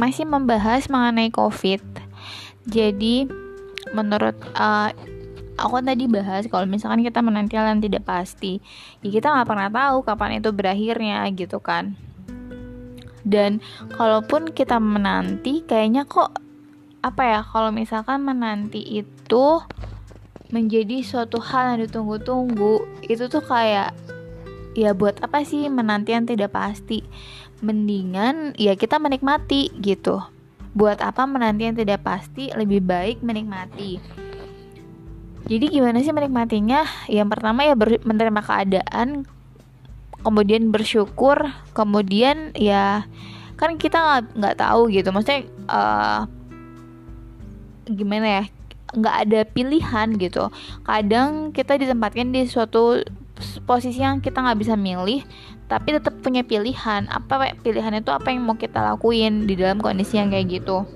masih membahas mengenai COVID. Jadi menurut aku tadi bahas kalau misalkan kita menanti hal yang tidak pasti, ya kita nggak pernah tahu kapan itu berakhirnya gitu kan. Dan kalaupun kita menanti, kayaknya kok kalau misalkan menanti itu menjadi suatu hal yang ditunggu-tunggu, itu tuh kayak ya buat apa sih menanti yang tidak pasti? Mendingan ya kita menikmati gitu. Buat apa menanti yang tidak pasti, lebih baik menikmati. Jadi gimana sih menikmatinya? Yang pertama ya menerima keadaan, kemudian bersyukur, kemudian ya kan kita nggak tahu gitu. Maksudnya gimana ya? Nggak ada pilihan gitu. Kadang kita ditempatkan di suatu posisi yang kita nggak bisa milih, tapi tetap punya pilihan. Pilihan itu apa yang mau kita lakuin di dalam kondisi yang kayak gitu.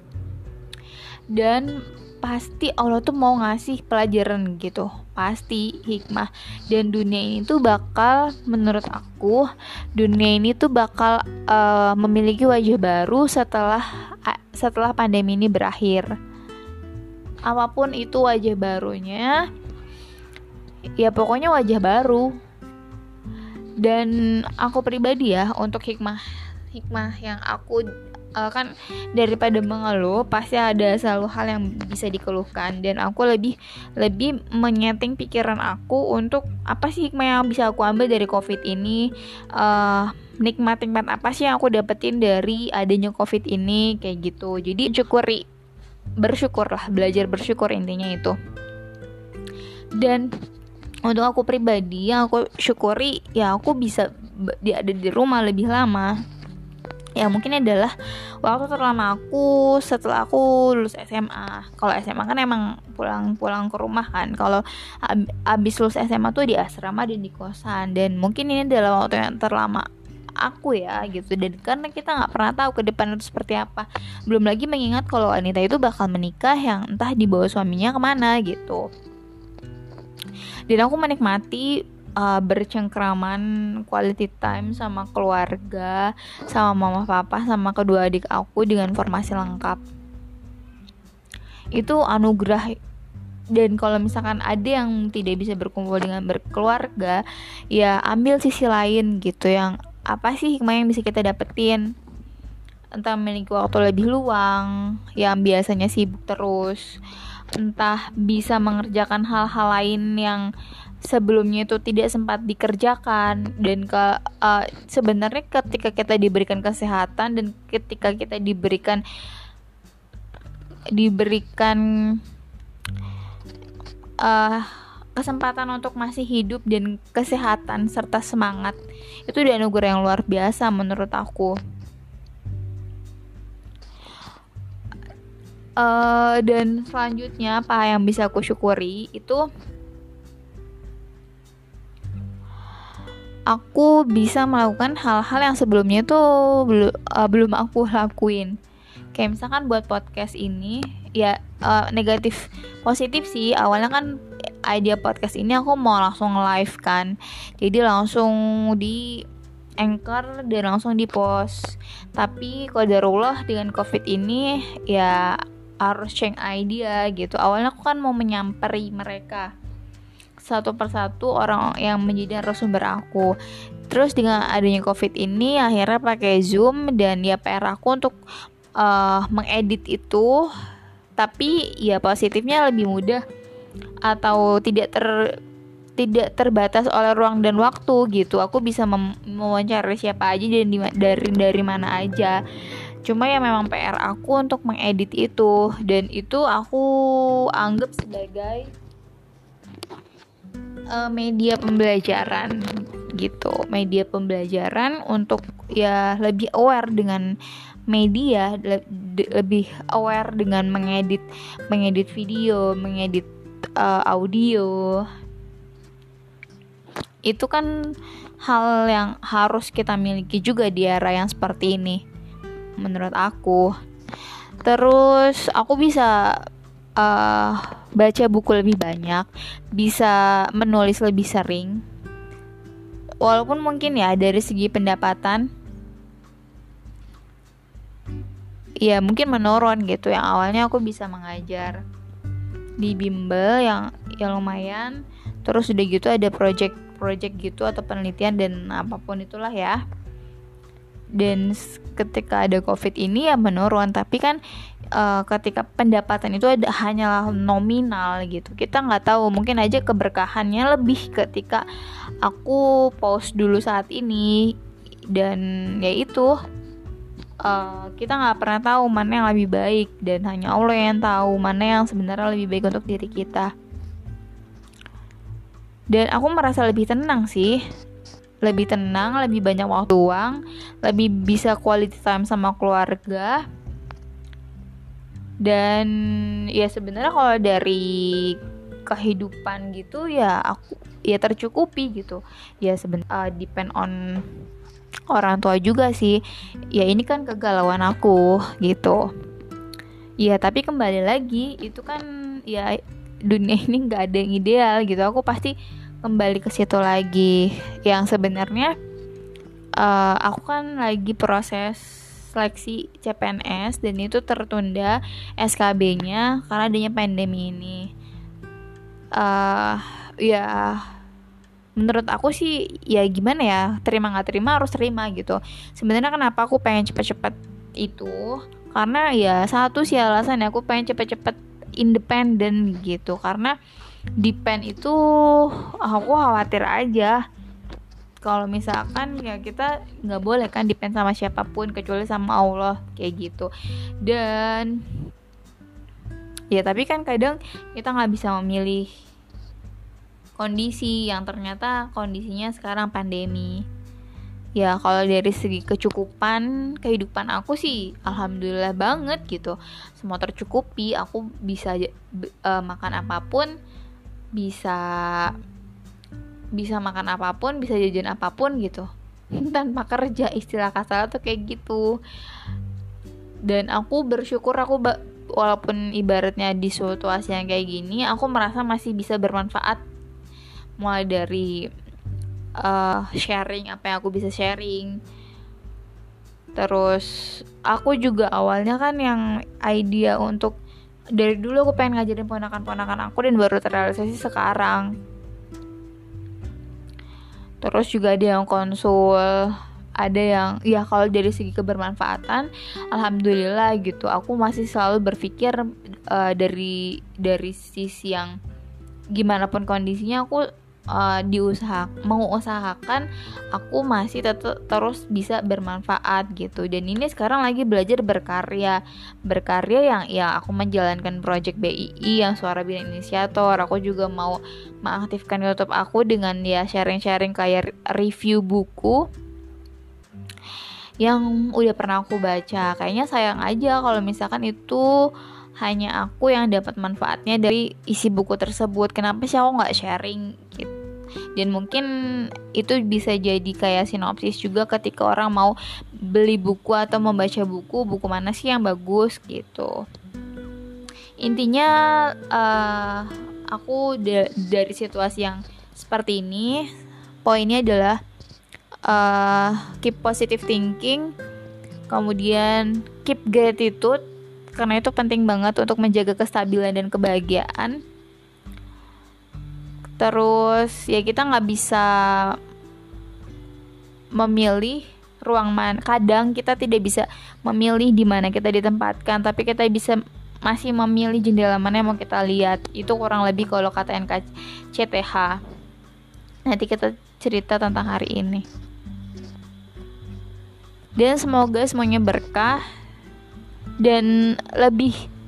Dan pasti Allah tuh mau ngasih pelajaran gitu, pasti hikmah. Dan dunia ini tuh bakal, menurut aku, dunia ini tuh bakal memiliki wajah baru setelah pandemi ini berakhir. Apapun itu wajah barunya, ya pokoknya wajah baru. Dan aku pribadi ya, untuk hikmah yang aku kan daripada mengeluh, pasti ada selalu hal yang bisa dikeluhkan. Dan aku lebih menyeting pikiran aku untuk apa sih hikmah yang bisa aku ambil dari COVID ini, nikmat apa sih yang aku dapetin dari adanya COVID ini, kayak gitu. Jadi bersyukurlah, belajar bersyukur, intinya itu. Dan untuk aku pribadi, yang aku syukuri ya aku bisa ada di rumah lebih lama. Ya mungkin adalah waktu terlama aku setelah aku lulus SMA. Kalau SMA kan emang pulang ke rumah kan. Kalau abis lulus SMA tuh di asrama dan di kosan. Dan mungkin ini adalah waktu yang terlama aku ya gitu. Dan karena kita nggak pernah tahu ke depan itu seperti apa. Belum lagi mengingat kalau wanita itu bakal menikah yang entah dibawa suaminya kemana gitu. Dan aku menikmati bercengkraman, quality time sama keluarga, sama mama papa, sama kedua adik aku dengan formasi lengkap. Itu anugerah. Dan kalau misalkan ada yang tidak bisa berkumpul dengan berkeluarga, ya ambil sisi lain gitu. Yang apa sih hikmah yang bisa kita dapetin? Entah memiliki waktu lebih luang yang biasanya sibuk terus, entah bisa mengerjakan hal-hal lain yang sebelumnya itu tidak sempat dikerjakan. Dan sebenarnya ketika kita diberikan kesehatan dan ketika kita diberikan kesempatan untuk masih hidup dan kesehatan serta semangat, itu udah anugerah yang luar biasa menurut aku. Dan selanjutnya apa yang bisa aku syukuri itu, aku bisa melakukan hal-hal yang sebelumnya tuh belum aku lakuin. Kayak misalkan buat podcast ini, ya negatif positif sih. Awalnya kan idea podcast ini aku mau langsung live kan, jadi langsung di Anchor dan langsung di post. Tapi qadarullah dengan COVID ini ya harus change idea gitu. Awalnya aku kan mau menyamperi mereka satu persatu, orang yang menjadi narasumber aku. Terus dengan adanya COVID ini akhirnya pakai Zoom, dan ya PR aku untuk mengedit itu. Tapi ya positifnya lebih mudah, atau tidak terbatas oleh ruang dan waktu gitu. Aku bisa mewawancarai siapa aja dan dari mana aja. Cuma ya memang PR aku untuk mengedit itu, dan itu aku anggap sebagai media pembelajaran gitu. Media pembelajaran untuk ya lebih aware dengan media, lebih aware dengan mengedit video, mengedit audio. Itu kan hal yang harus kita miliki juga di era yang seperti ini menurut aku. Terus aku bisa baca buku lebih banyak, bisa menulis lebih sering. Walaupun mungkin ya dari segi pendapatan ya mungkin menurun gitu. Yang awalnya aku bisa mengajar di bimbel yang lumayan, terus udah gitu ada project gitu atau penelitian dan apapun itulah ya. Dan ketika ada COVID ini ya menurun, tapi kan ketika pendapatan itu hanyalah nominal gitu, kita nggak tahu, mungkin aja keberkahannya lebih ketika aku pause dulu saat ini. Dan ya itu, kita nggak pernah tahu mana yang lebih baik, dan hanya Allah yang tahu mana yang sebenarnya lebih baik untuk diri kita. Dan aku merasa lebih tenang sih, lebih tenang, lebih banyak waktu luang, lebih bisa quality time sama keluarga. Dan ya sebenarnya kalau dari kehidupan gitu ya aku ya tercukupi gitu. Ya sebenarnya depend on orang tua juga sih. Ya ini kan kegalauan aku gitu. Ya tapi kembali lagi, itu kan ya dunia ini nggak ada yang ideal gitu. Aku pasti kembali ke situ lagi. Yang sebenarnya aku kan lagi proses seleksi CPNS dan itu tertunda SKB-nya karena adanya pandemi ini. Ya menurut aku sih ya gimana ya, terima nggak terima harus terima gitu. Sebenarnya kenapa aku pengen cepet-cepet itu karena ya satu sih alasannya, aku pengen cepet-cepet independen gitu. Karena depend itu aku khawatir aja kalau misalkan ya kita nggak boleh kan depend sama siapapun kecuali sama Allah kayak gitu. Dan ya tapi kan kadang kita nggak bisa memilih kondisi yang ternyata kondisinya sekarang pandemi. Ya kalau dari segi kecukupan kehidupan aku sih alhamdulillah banget gitu, semua tercukupi. Aku bisa makan apapun, bisa makan apapun, bisa jajan apapun gitu tanpa kerja, istilah kasar tuh kayak gitu. Dan aku bersyukur walaupun ibaratnya di situasi yang kayak gini, aku merasa masih bisa bermanfaat, mulai dari sharing apa yang aku bisa sharing. Terus aku juga awalnya kan yang idea untuk dari dulu aku pengen ngajarin ponakan-ponakan aku dan baru terrealisasi sekarang. Terus juga ada yang konsul, ada yang ya kalau dari segi kebermanfaatan alhamdulillah gitu. Aku masih selalu berpikir dari sisi yang gimana pun kondisinya aku mengusahakan aku masih terus bisa bermanfaat gitu. Dan ini sekarang lagi belajar berkarya yang ya aku menjalankan project BII yang Suara Bina Inisiator. Aku juga mau mengaktifkan YouTube aku dengan ya sharing-sharing kayak review buku yang udah pernah aku baca. Kayaknya sayang aja kalau misalkan itu hanya aku yang dapat manfaatnya dari isi buku tersebut. Kenapa sih aku nggak sharing gitu? Dan mungkin itu bisa jadi kayak sinopsis juga ketika orang mau beli buku atau membaca buku mana sih yang bagus gitu. Intinya aku dari situasi yang seperti ini, poinnya adalah keep positive thinking, kemudian keep gratitude, karena itu penting banget untuk menjaga kestabilan dan kebahagiaan. Terus ya kita nggak bisa memilih ruang mana, kadang kita tidak bisa memilih di mana kita ditempatkan, tapi kita bisa masih memilih jendela mana yang mau kita lihat. Itu kurang lebih kalau kata NKCTH. Nanti kita cerita tentang hari ini. Dan semoga semuanya berkah dan lebih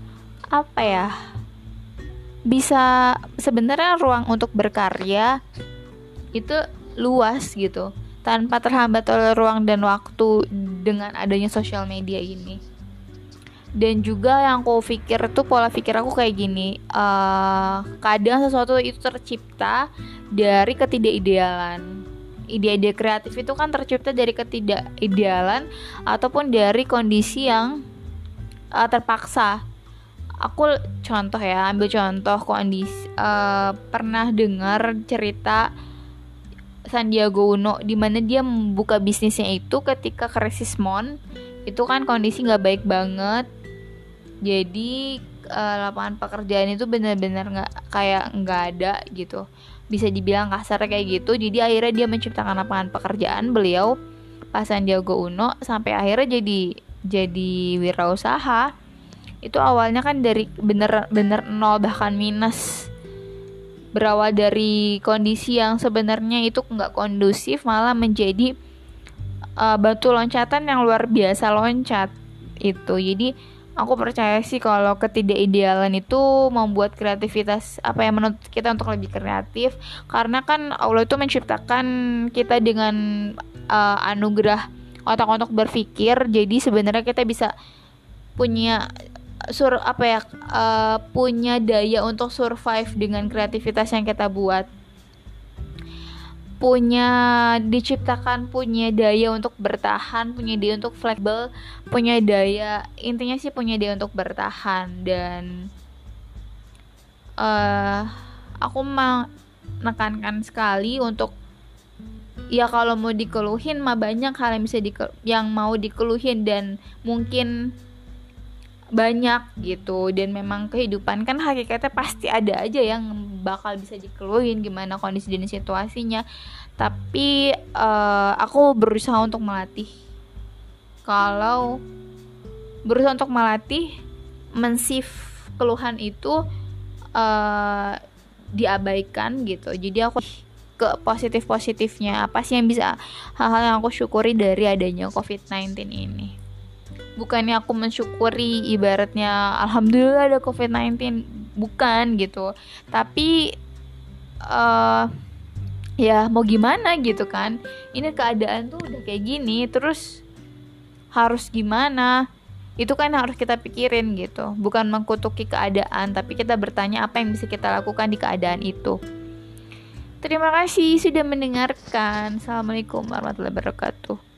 bisa, sebenarnya ruang untuk berkarya itu luas gitu, tanpa terhambat oleh ruang dan waktu dengan adanya sosial media ini. Dan juga yang aku pikir tuh, pola pikir aku kayak gini, kadang sesuatu itu tercipta dari ketidakidealan. Ide-ide kreatif itu kan tercipta dari ketidakidealan ataupun dari kondisi yang terpaksa. Aku ambil contoh kondisi, pernah dengar cerita Sandiaga Uno di mana dia membuka bisnisnya itu ketika krisis MON itu kan kondisi nggak baik banget. Jadi lapangan pekerjaan itu benar-benar nggak ada gitu, bisa dibilang kasar kayak gitu. Jadi akhirnya dia menciptakan lapangan pekerjaan, beliau Pak Sandiaga Uno, sampai akhirnya jadi wirausaha. Itu awalnya kan dari bener-bener nol bahkan minus, berawal dari kondisi yang sebenarnya itu nggak kondusif, malah menjadi batu loncatan yang luar biasa loncat itu. Jadi aku percaya sih kalau ketidakidealan itu membuat kreativitas menuntut kita untuk lebih kreatif, karena kan Allah itu menciptakan kita dengan anugerah otak untuk berpikir. Jadi sebenarnya kita bisa punya punya daya untuk survive dengan kreativitas yang kita buat, diciptakan punya daya untuk bertahan, punya daya untuk fleksibel, intinya sih punya daya untuk bertahan. Dan aku menekankan sekali untuk kalau mau dikeluhin mah banyak hal yang mau dikeluhin, dan mungkin banyak gitu. Dan memang kehidupan kan hakikatnya pasti ada aja yang bakal bisa dikeluhin, gimana kondisi dan situasinya. Tapi aku berusaha untuk melatih mensif keluhan itu diabaikan gitu. Jadi aku ke positifnya, apa sih hal-hal yang aku syukuri dari adanya COVID-19 ini. Bukannya aku mensyukuri ibaratnya alhamdulillah ada COVID-19, bukan gitu. Tapi ya mau gimana gitu kan, ini keadaan tuh udah kayak gini, terus harus gimana, itu kan harus kita pikirin gitu. Bukan mengkutuki keadaan, tapi kita bertanya apa yang bisa kita lakukan di keadaan itu. Terima kasih sudah mendengarkan. Assalamualaikum warahmatullahi wabarakatuh.